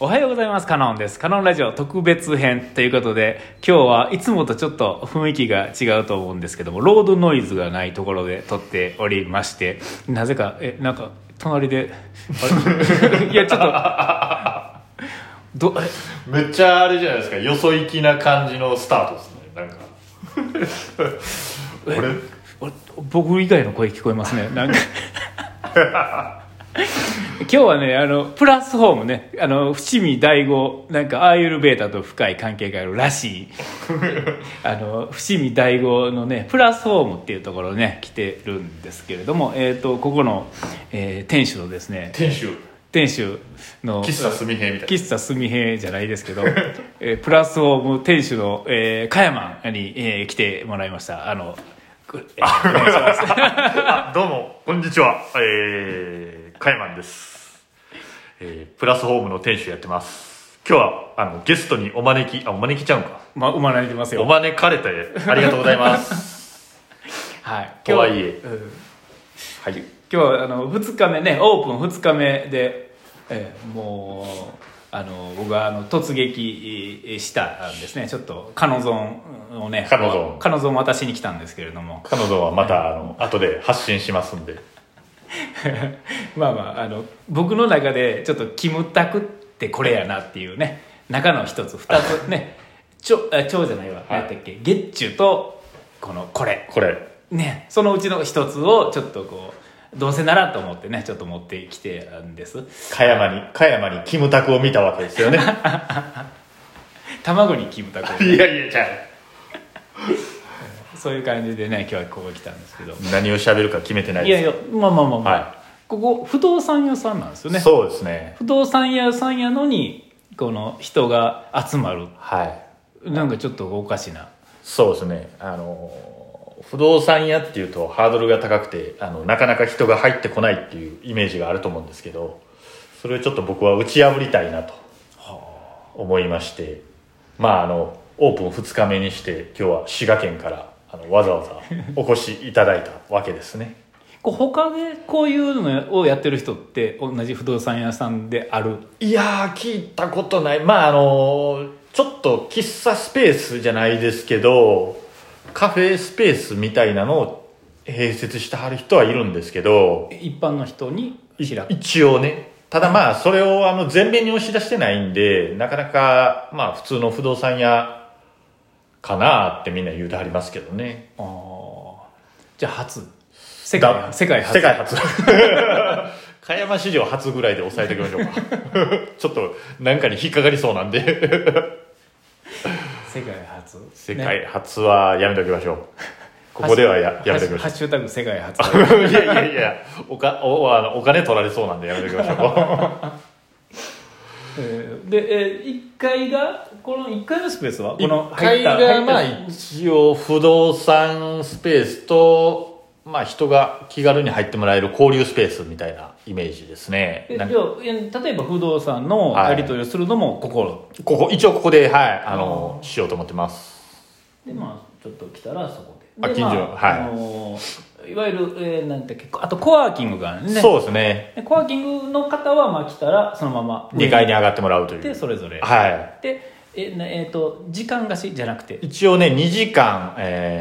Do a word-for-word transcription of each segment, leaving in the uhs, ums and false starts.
おはようございます。カノンです。カノンラジオ特別編ということで、今日はいつもとちょっと雰囲気が違うと思うんですけども、ロードノイズがないところで撮っておりまして、なぜかえなんか隣でいやちょっとどめっちゃあれじゃないですか、よそ行きな感じのスタートですね。なんか俺俺僕以外の声聞こえますね。なんか今日はね、あのプラスホームね、あの伏見醍醐、なんかアーユルベータと深い関係があるらしいあの伏見醍醐のねプラスホームっていうところね来てるんですけれども、えーとここの、えー、店主のですね店主店主の喫茶すみへみたいな喫茶すみへじゃないですけど、えー、プラスホーム店主の、えー、加山に、えー、来てもらいました。あのえー、お願いしますあ、どうもこんにちは、えー、カイマンです、えー、プラスホームの店主やってます。今日はあのゲストにお招きあお招きちゃうんか、 ま、お招いてますよ。 お招かれてありがとうございますはいとはいえ、 うん、 はい、 今日はあのふつかめね、オープンふつかめで、えー、もうあの僕があの突撃したんですね。ちょっとカノゾンをね、 カノゾンカノゾン渡しに来たんですけれども、 彼女はまたあの後で発信しますんでまあまああの僕の中でちょっとキムタクってこれやなっていうね、中の一つ二つねちょあ蝶じゃないわ、はい、何やったっけ、ゲッチュとこのこれこれね、そのうちの一つをちょっとこうどうせならと思ってね、ちょっと持ってきてあるんです。 加山に加山にキムタクを見たわけですよね卵にキムタクいやいやじゃあそういう感じでね、今日はここ来たんですけど、 何を喋るか決めてないです。 いやいや、まあまあまあまあ、 はい、 ここ不動産屋さんなんですよね。 そうですね、 不動産屋さんやのにこの人が集まる、 はい、 なんかちょっとおかしな。 そうですね、あの不動産屋っていうとハードルが高くて、あのなかなか人が入ってこないっていうイメージがあると思うんですけど、それをちょっと僕は打ち破りたいなと思いまして、まああのオープンふつかめにして今日は滋賀県からあのわざわざお越しいただいたわけですねこう他でこういうのをやってる人って同じ不動産屋さんである？ いやー聞いたことない。まああのちょっと喫茶スペースじゃないですけどカフェスペースみたいなのを併設してはる人はいるんですけど、 一般の人に開く一応ね。ただまあそれをあの前面に押し出してないんで、なかなかまあ普通の不動産屋かなってみんな言うてはりますけどね。 あじゃあ初世界世界初世界初加山史上初ぐらいで抑えておきましょうかちょっと何かに引っかかりそうなんで世界初世界初はやめておきましょう、ね、ここでは や, やめておきましょう。 ハッシュタグ世界初いやいやいや お, か お, あのお金取られそうなんでやめておきましょうえー、で、えー、いっかいがこのいっかいのスペースはこのいっかいがまあ一応不動産スペースと、まあ、人が気軽に入ってもらえる交流スペースみたいなイメージですね。 えじゃあ例えば不動産のやり取りをするのもここ、はい、 ここ一応ここで、はい、あのしようと思ってます。 でまあちょっと来たらそこであ近所、 まあ、 はい、 あのいわゆる、えー、なんてあとコワーキングがね。 そうですね。 コワーキングの方はまあ来たらそのままにかいに上がってもらうという。 でそれぞれ、 はい、 でえーえー、と時間貸しじゃなくて一応ねにじかん、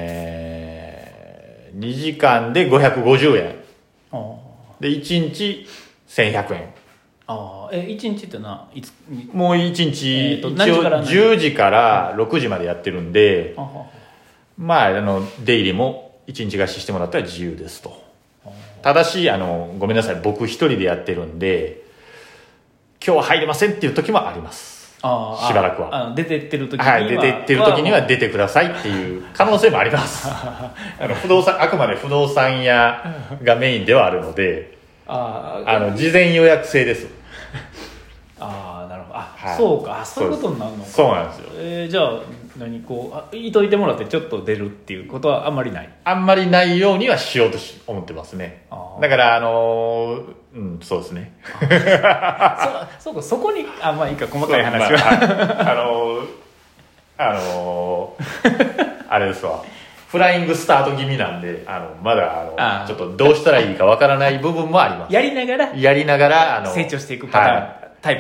えー、にじかんでごひゃくごじゅうえんあでいちにちせんひゃくえん。 あえいちにちってないつもういちにち、 えー、と一応じゅうじからろくじまでやってるんで、 あはまああの出入りもいちにち貸ししてもらったら自由ですと。ただしあのごめんなさい僕一人でやってるんで今日は入れませんっていう時もあります。 あしばらくはあ出てってる時には、 はい、出てってる時には出てくださいっていう可能性もありますあの不動産あくまで不動産屋がメインではあるのでああの事前予約制です。 ああなるほどあ、 はい、 そうかそういうことになるのか。 そうなんですよ。 えー、じゃあ何こうあ言いといてもらってちょっと出るっていうことはあんまりない。 あんまりないようにはしようとし思ってますね。だからあのー、うんそうですねそ, そうかそこにあまあいいか細かい話は、 まあ、あのー、あのー、あれですわフライングスタート気味なんであのまだあのあちょっとどうしたらいいかわからない部分もあります。 やりながらやりながらあの成長していくパターン、はい、タイプね。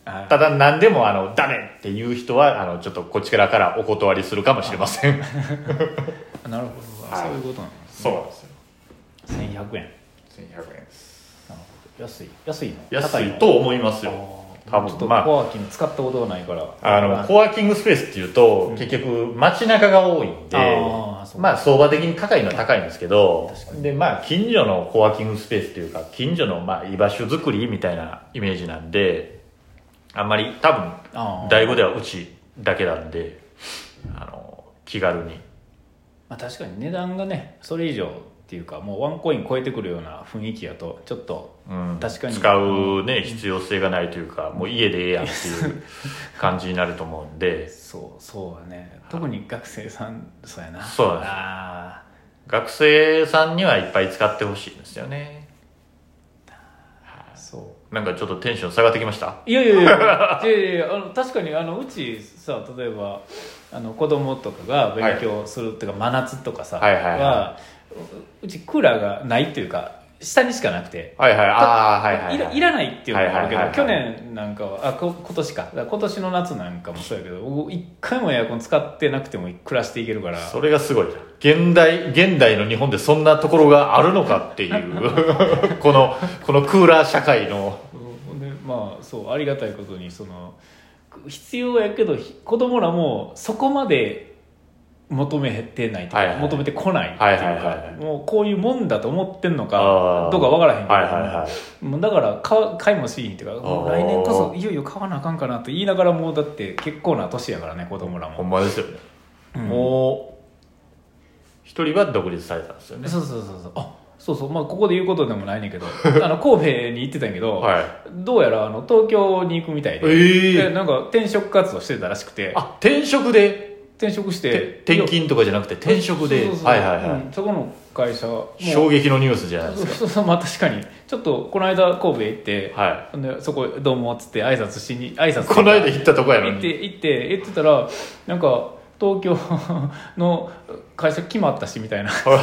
あただ何でもあのダメっていう人はあのちょっとこちらからお断りするかもしれません。 なるほど、はい、そういうことなんですね。 そうなんですよ。 せんひゃくえん。 せんひゃくえんです。 なるほど。安い安いの？ 安いと思いますよ。多分ちょっとコワーキング使ったことがないから、 あのコワーキングスペースっていうと、うん、結局街中が多いんで、あまあ相場的に高いのは高いんですけど、でまあ近所のコワーキングスペースっていうか近所のまあ居場所作りみたいなイメージなんで、あんまり多分第五ではうちだけなんで、あの気軽に、 まあ、確かに値段がねそれ以上っていうかもうワンコイン超えてくるような雰囲気やとちょっと、うん、確かに使うね、うん、必要性がないというか、もう家でええやんっていう感じになると思うんでそうそうだね、特に学生さんそうやな。 そうなんです。あ学生さんにはいっぱい使ってほしいんですよね。そうなんかちょっとテンション下がってきました。 いやいやいやいやいやあの確かにあのうちさ、例えばあの子供とかが勉強するっていうか、はい、真夏とかさ、 はいはいはい、 はうちクーラーがないっていうか下にしかなくて、 はいはい、ああはいはい、はい、 いら、いらないっていうのもあるけど、はいはいはいはい、去年なんかはあこ今年か今年の夏なんかもそうやけど一回もエアコン使ってなくても暮らしていけるから、 それがすごい。現代現代の日本でそんなところがあるのかっていうこのこのクーラー社会のでまあそうありがたいことにその必要やけど子供らもそこまで求めてないというか、はいはい、求めてこないっていうか、はいはいはい、もうこういうもんだと思ってんのかどうか分からへんけど、はいはいはい、もうだから買, 買いもしいんっていうか、もう来年こそいよいよ買わなあかんかなと言いながら、もうだって結構な年やからね子供らも。 ほんまですよね、うん、もう一人は独立されたんですよね。 そうそうそうそうあそうそう、まあここで言うことでもないねんけどあの神戸に行ってたんやけど、はい、どうやらあの東京に行くみたいで、えー、でなんか転職活動してたらしくて。 あ転職で転職して転勤とかじゃなくて転職で、 そうそうそう、はいはいはい、うん、そこの会社衝撃のニュースじゃないですか。 そうそう、まあ確かにちょっとこの間神戸行って、はい、でそこどうもっつって挨拶しに挨拶この間行ったとこやのに行って行って言ってたらなんか東京の会社決まったしみたいなこ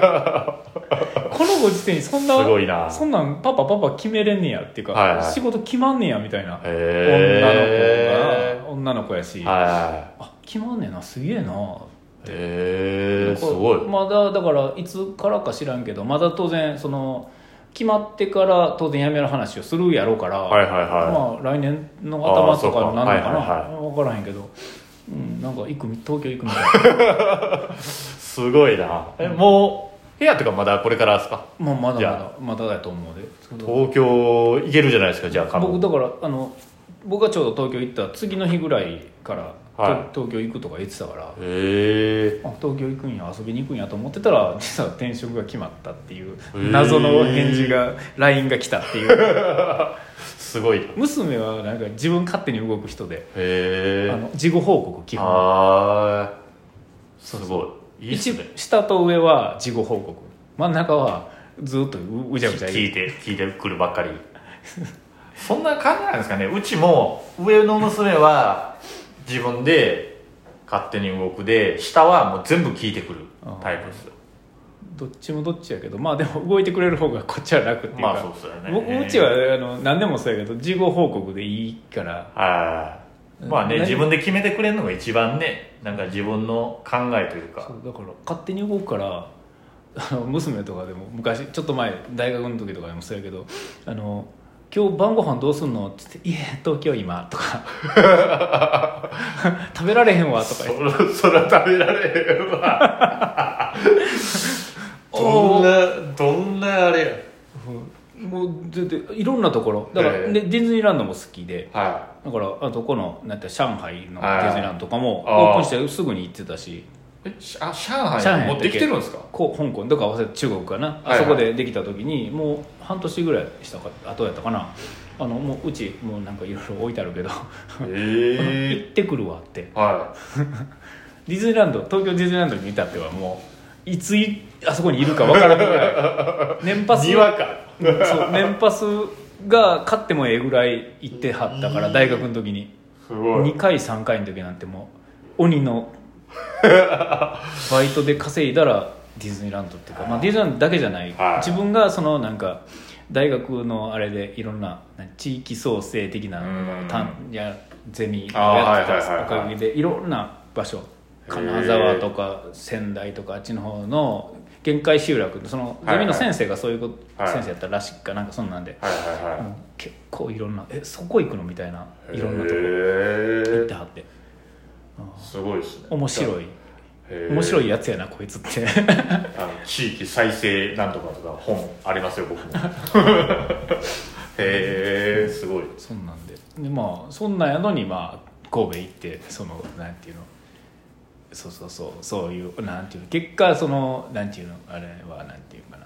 のご時世にそんなすごいな、 そんなんパパパパ決めれんねやっていうか、はいはい、仕事決まんねやみたいな、 へ女の子が女の子やし、 はいはい、 あ決まんねえなすげえなって、 へえすごい。 まだだからいつからか知らんけどまだ当然その決まってから当然辞める話をするやろうから、 はいはいはい、 まあ来年の頭とかになるのかな、はいはいはい、分からへんけど、うん、なんか行く東京行くみたいなすごいな。え、うん、もう部屋とかまだこれからですか？ もうまだまだまだだと思うで。 東京行けるじゃないですか。じゃあ僕だからあの僕がちょうど東京行った次の日ぐらいから、はい、東京行くとか言ってたから、 へあ東京行くんや遊びに行くんやと思ってたら実は転職が決まったっていう謎の返事が ライン が来たっていうすごい。 娘はなんか自分勝手に動く人で、 へあの事後報告基本。 あすごいいいっすね。 一下と上は事後報告、真ん中はずっとうじゃうじゃ聞いて聞いてくるばっかりそんな感じなんですかね。うちも上の娘は自分で勝手に動くで、下はもう全部聞いてくるタイプですよ。 どっちもどっちやけど、まあでも動いてくれる方がこっちは楽っていうか、 まあそうですよね。 僕うちはあの何でもそうやけど事後報告でいいから、 はい、まあね自分で決めてくれるのが一番ね、なんか自分の考えというか。 そうだから勝手に動くからあの娘とかでも昔ちょっと前大学の時とかでもそうやけど、あの今日晩ご飯どうすんのって言って、いえ東京今とか食べられへんわとか言って、 そそら食べられへんわどんなどんなあれや、 もうででいろんなところだから、えー、でディズニーランドも好きで、 はい、だからあとこのなんて上海のディズニーランドとかもオープンしてすぐに行ってたし、 えあ上海持ってきてるんですか？ こう香港とか合わせて中国かな、はいはい、あそこでできた時にもう半年ぐらいしたか後やったかな、あのもううちもうなんかいろいろ置いてあるけど、 えー、 行ってくるわって、 はい、 ディズニーランド東京ディズニーランドにいたってはもういついあそこにいるか分からないぐらい年パス庭かそう年パスが買ってもええぐらい行ってはったから、大学の時にすごいにかいさんかいの時なんてもう鬼のバイトで稼いだらディズニーランドっていうか、まあ、ディズニーランドだけじゃない、はい、自分がそのなんか大学のあれでいろんな地域創生的な単やゼミをやってたおかげでいろんな場所金沢とか仙台とかあっちの方の限界集落そのゼミの先生がそういうこと、はいはい、先生やったらしいかなんかそんなんで、はいはいはい、結構いろんなえそこ行くのみたいないろんなとこ行ってはってすごいですね面白い面白いやつやなこいつってあの地域再生なんとかとか本ありますよ僕もへえすごいそんなんででまあそんなんやのにまあ神戸行ってそのなんていうのそうそうそうそういうなんていうの結果そのなんていうのあれはなんていうかな、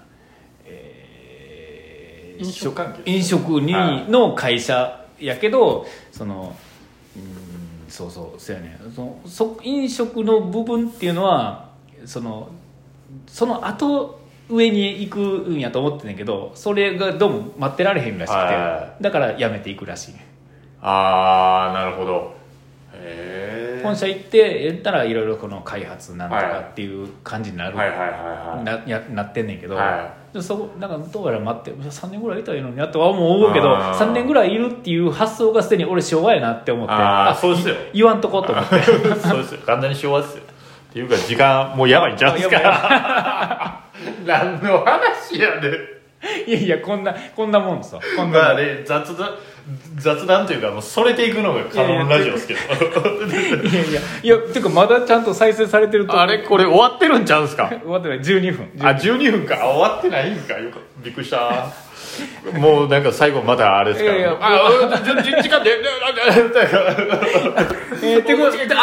えー、 飲食関係飲食にの会社やけどそのうんそうそうそうやねそのそ飲食の部分っていうのはそのその後上に行くんやと思ってんねんけどそれがどうも待ってられへんらしくてだから辞めていくらしい。 ああなるほどへえ本社行ってやったらいろいろこの開発なんとかっていう感じになる、 はいはいはいはい、 な, やなってんねんけど、 はい、 そなんかどうやら待ってさんねんぐらいいたらいいのになとは思うけどさんねんぐらいいるっていう発想がすでに俺昭和やなって思ってああそうですよ言わんとこうと思ってそうですよ完全に昭和ですよっていうか時間もうやばいんちゃうんですか何の話やねんいやいやこんなこんなもんさこんなまあね雑談雑談というかもうそれていくのがカノンラジオですけどいやいやいやてかまだちゃんと再生されてるとあれこれ終わってるんちゃうんすか終わってないじゅうにふんあじゅうにふんかあ終わってないんかよくびっくりしたもうなんか最後まだあれですからいやいやあじゅう時間でえー、ってことで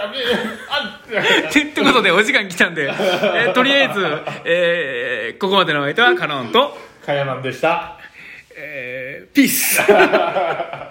ってことでお時間来たんで、えー、とりあえず、えー、ここまでの相手はカノンとカヤマンでした、 えー、ピース